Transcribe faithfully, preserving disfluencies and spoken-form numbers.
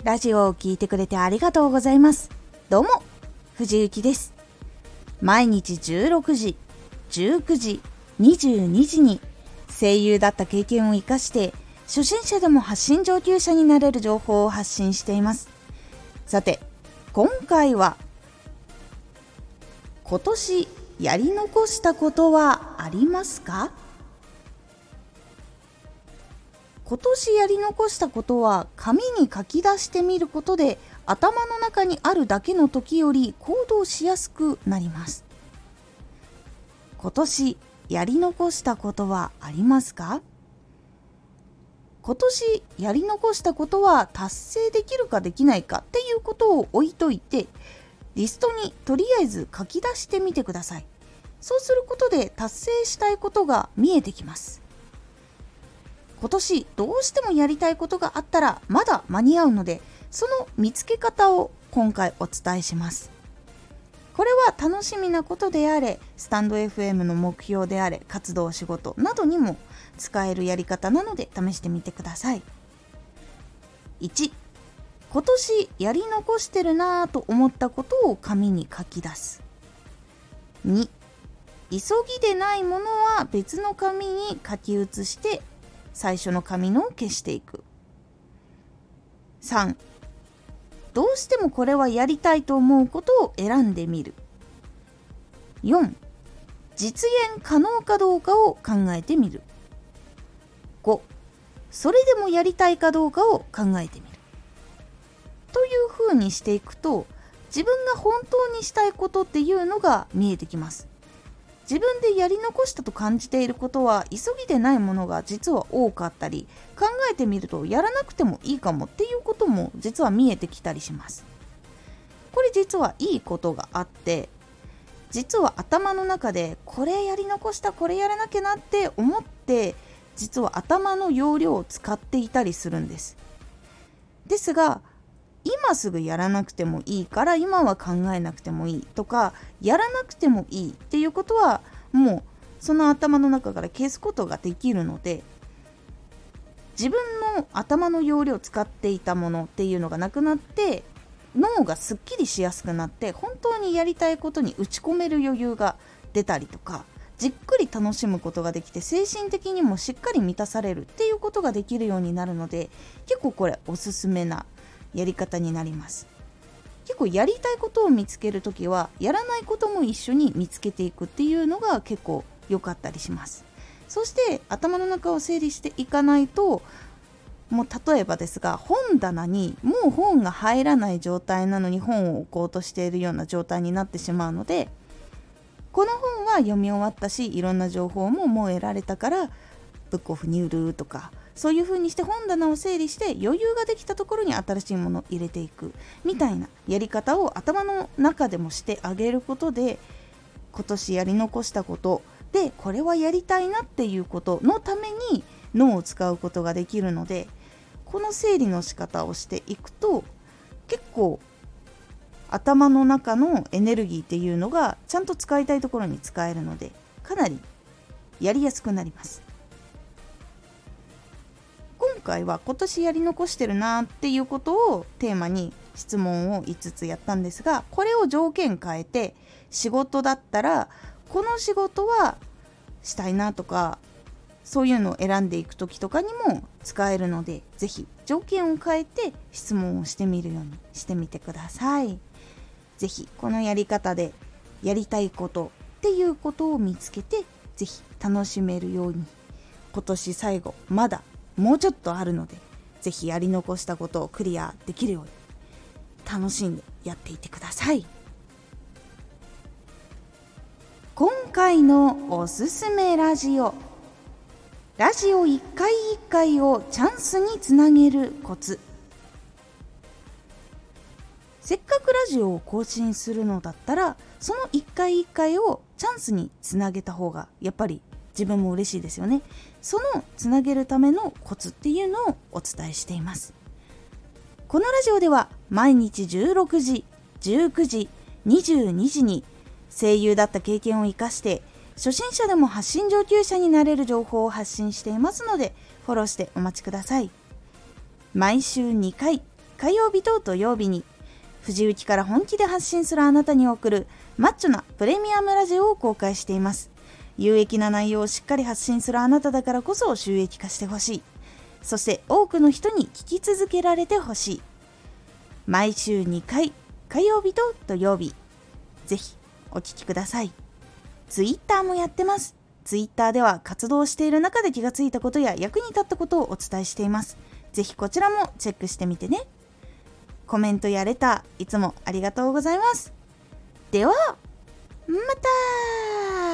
ラジオを聞いてくれてありがとうございます。どうも、藤幸です。毎日じゅうろくじ、じゅうくじ、にじゅうにじに声優だった経験を生かして初心者でも発信上級者になれる情報を発信しています。さて、今回は今年やり残したことはありますか？今年やり残したことは紙に書き出してみることで頭の中にあるだけの時より行動しやすくなります。今年やり残したことはありますか？今年やり残したことは達成できるかできないかっていうことを置いといて、リストにとりあえず書き出してみてください。そうすることで達成したいことが見えてきます。今年どうしてもやりたいことがあったらまだ間に合うので、その見つけ方を今回お伝えします。これは楽しみなことであれ、スタンド エフエム の目標であれ、活動仕事などにも使えるやり方なので試してみてください。いち、今年やり残してるなぁと思ったことを紙に書き出す。に、急ぎでないものは別の紙に書き写して最初の紙のを消していく。さん、どうしてもこれはやりたいと思うことを選んでみる。よん、実現可能かどうかを考えてみる。ご、それでもやりたいかどうかを考えてみる。というふうにしていくと、自分が本当にしたいことっていうのが見えてきます。自分でやり残したと感じていることは急ぎでないものが実は多かったり、考えてみるとやらなくてもいいかもっていうことも実は見えてきたりします。これ実はいいことがあって、実は頭の中でこれやり残した、これやらなきゃなって思って、実は頭の容量を使っていたりするんです。ですが、今すぐやらなくてもいいから今は考えなくてもいいとか、やらなくてもいいっていうことはもうその頭の中から消すことができるので、自分の頭の容量を使っていたものっていうのがなくなって、脳がすっきりしやすくなって、本当にやりたいことに打ち込める余裕が出たりとか、じっくり楽しむことができて、精神的にもしっかり満たされるっていうことができるようになるので、結構これおすすめなやり方になります。結構やりたいことを見つけるときはやらないことも一緒に見つけていくっていうのが結構良かったりします。そして頭の中を整理していかないと、もう例えばですが、本棚にもう本が入らない状態なのに本を置こうとしているような状態になってしまうので、この本は読み終わったし、いろんな情報ももう得られたからブックオフに売るとか、そういう風にして本棚を整理して余裕ができたところに新しいものを入れていくみたいなやり方を頭の中でもしてあげることで、今年やり残したことでこれはやりたいなっていうことのために脳を使うことができるので、この整理の仕方をしていくと結構頭の中のエネルギーっていうのがちゃんと使いたいところに使えるので、かなりやりやすくなります。今回は今年やり残してるなっていうことをテーマに質問をいつつやったんですが、これを条件変えて、仕事だったらこの仕事はしたいなとか、そういうのを選んでいく時とかにも使えるので、ぜひ条件を変えて質問をしてみるようにしてみてください。ぜひこのやり方でやりたいことっていうことを見つけて、ぜひ楽しめるように、今年最後まだもうちょっとあるので、ぜひやり残したことをクリアできるように楽しんでやっていてください。今回のおすすめラジオ、ラジオ一回一回をチャンスにつなげるコツ。せっかくラジオを更新するのだったら、その一回一回をチャンスにつなげた方がやっぱり自分も嬉しいですよね。そのつなげるためのコツっていうのをお伝えしています。このラジオでは毎日じゅうろくじ、じゅうくじ、にじゅうにじに声優だった経験を生かして初心者でも発信上級者になれる情報を発信していますので、フォローしてお待ちください。毎週にかい火曜日と土曜日に藤雪から本気で発信するあなたに送るマッチョなプレミアムラジオを公開しています。有益な内容をしっかり発信するあなただからこそ収益化してほしい。そして多くの人に聞き続けられてほしい。毎週にかい、火曜日と土曜日、ぜひお聞きください。ツイッターもやってます。ツイッターでは活動している中で気がついたことや役に立ったことをお伝えしています。ぜひこちらもチェックしてみてね。コメントやレターいつもありがとうございます。ではまた。